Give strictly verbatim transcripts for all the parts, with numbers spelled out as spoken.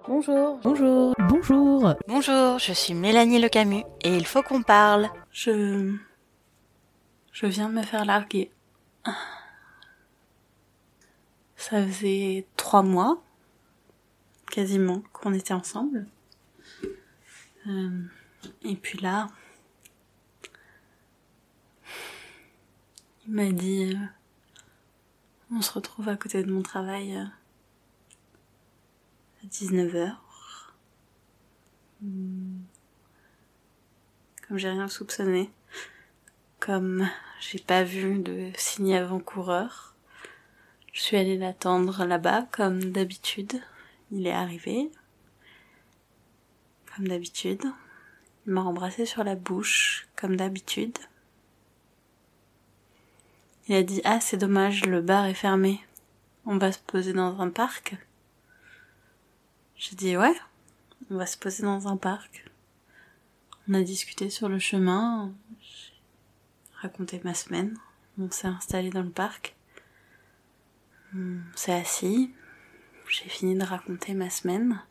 Bonjour, bonjour, bonjour. Bonjour, je suis Mélanie Le Camus et il faut qu'on parle. Je... Je viens de me faire larguer. Ça faisait trois mois, quasiment, qu'on était ensemble. Euh, et puis là, il m'a dit... Euh, on se retrouve à côté de mon travail euh, à dix-neuf heures. Hum, comme j'ai rien soupçonné, comme j'ai pas vu de signe avant-coureur, je suis allée l'attendre là-bas comme d'habitude. Il est arrivé, comme d'habitude. Il m'a embrassé sur la bouche, comme d'habitude. Il a dit « Ah, c'est dommage, le bar est fermé. On va se poser dans un parc ?» J'ai dit « Ouais, on va se poser dans un parc. » On a discuté sur le chemin, j'ai raconté ma semaine. On s'est installé dans le parc. On s'est assis. J'ai fini de raconter ma semaine.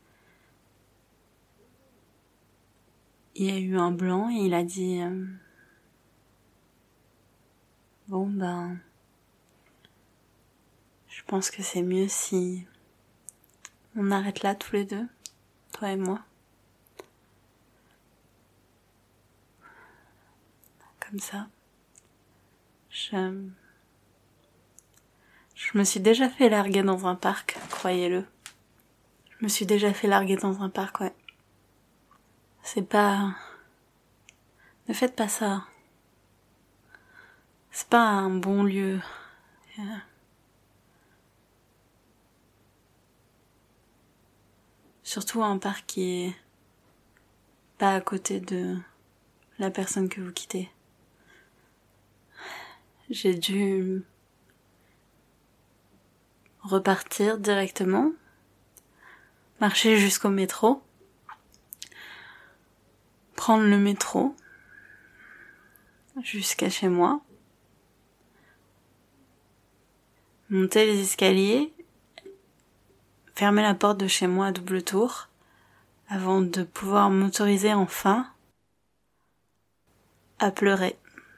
Il y a eu un blanc et il a dit euh, « Bon ben, je pense que c'est mieux si on arrête là tous les deux, toi et moi. » Comme ça. Je... Je me suis déjà fait larguer dans un parc, croyez-le. Je me suis déjà fait larguer dans un parc, ouais. C'est pas... Ne faites pas ça. C'est pas un bon lieu. Surtout un parc qui est pas à côté de la personne que vous quittez. J'ai dû repartir directement, marcher jusqu'au métro, prendre le métro jusqu'à chez moi, monter les escaliers, fermer la porte de chez moi à double tour, avant de pouvoir m'autoriser enfin à pleurer.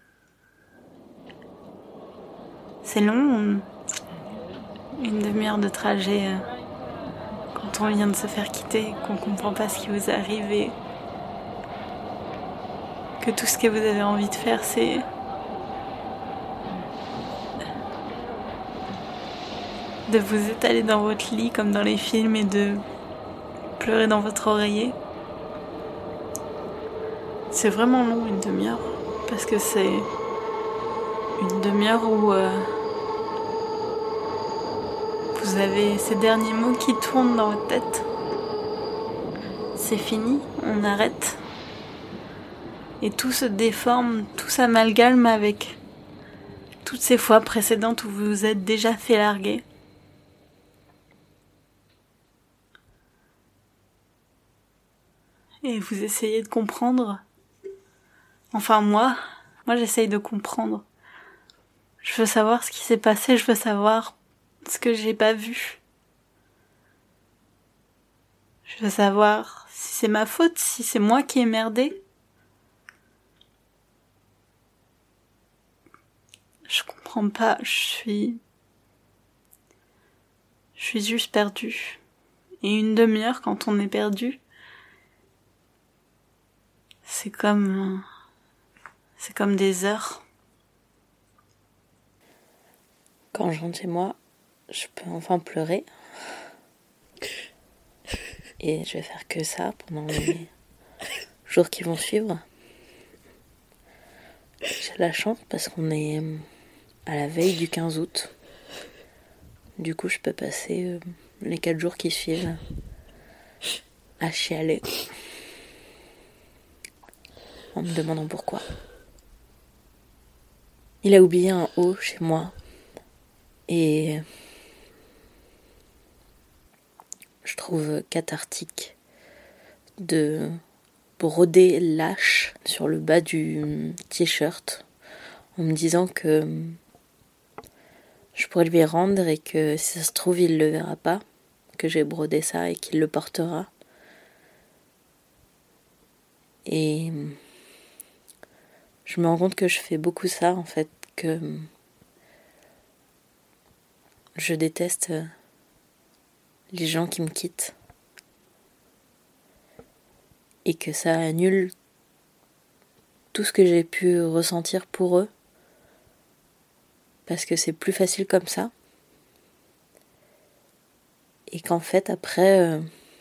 C'est long, une demi-heure de trajet euh, quand on vient de se faire quitter, qu'on comprend pas ce qui vous arrive et que tout ce que vous avez envie de faire c'est de vous étaler dans votre lit comme dans les films et de pleurer dans votre oreiller. C'est vraiment long, une demi-heure, parce que c'est une demi-heure où euh, vous avez ces derniers mots qui tournent dans votre tête. C'est fini, on arrête. Et tout se déforme, tout s'amalgame avec toutes ces fois précédentes où vous vous êtes déjà fait larguer. Et vous essayez de comprendre. Enfin moi, moi j'essaye de comprendre. Je veux savoir ce qui s'est passé, je veux savoir ce que j'ai pas vu. Je veux savoir si c'est ma faute, si c'est moi qui ai merdé. Je comprends pas, je suis... Je suis juste perdue. Et une demi-heure, quand on est perdu, c'est comme... C'est comme des heures. Quand je rentre chez moi, je peux enfin pleurer. Et je vais faire que ça pendant les jours qui vont suivre. J'ai la chance parce qu'on est à la veille du quinze août. Du coup, je peux passer les quatre jours qui suivent à chialer. En me demandant pourquoi. Il a oublié un haut chez moi. Et je trouve cathartique de broder lâche sur le bas du t-shirt en me disant que je pourrais lui rendre et que si ça se trouve il le verra pas que j'ai brodé ça et qu'il le portera. Et je me rends compte que je fais beaucoup ça en fait, que je déteste les gens qui me quittent et que ça annule tout ce que j'ai pu ressentir pour eux parce que c'est plus facile comme ça et qu'en fait après euh,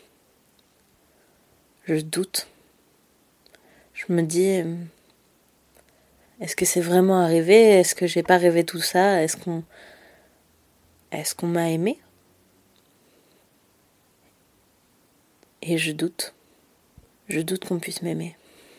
je doute. Je me dis, est-ce que c'est vraiment arrivé? Est-ce que j'ai pas rêvé tout ça? Est-ce qu'on, est-ce qu'on m'a aimé? Et je doute. Je doute qu'on puisse m'aimer.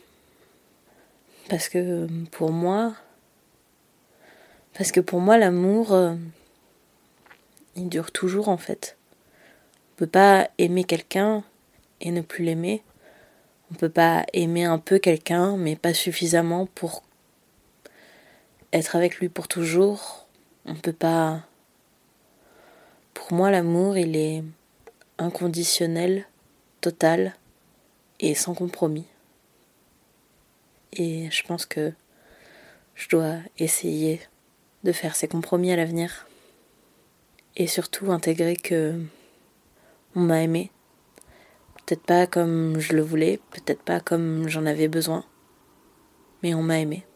Parce que pour moi, parce que pour moi, l'amour, euh, il dure toujours en fait. On peut pas aimer quelqu'un et ne plus l'aimer. On peut pas aimer un peu quelqu'un, mais pas suffisamment pour être avec lui pour toujours. On peut pas... Pour moi, l'amour, il est inconditionnel, total et sans compromis. Et je pense que je dois essayer de faire ces compromis à l'avenir. Et surtout intégrer que on m'a aimé. Peut-être pas comme je le voulais, peut-être pas comme j'en avais besoin, mais on m'a aimé.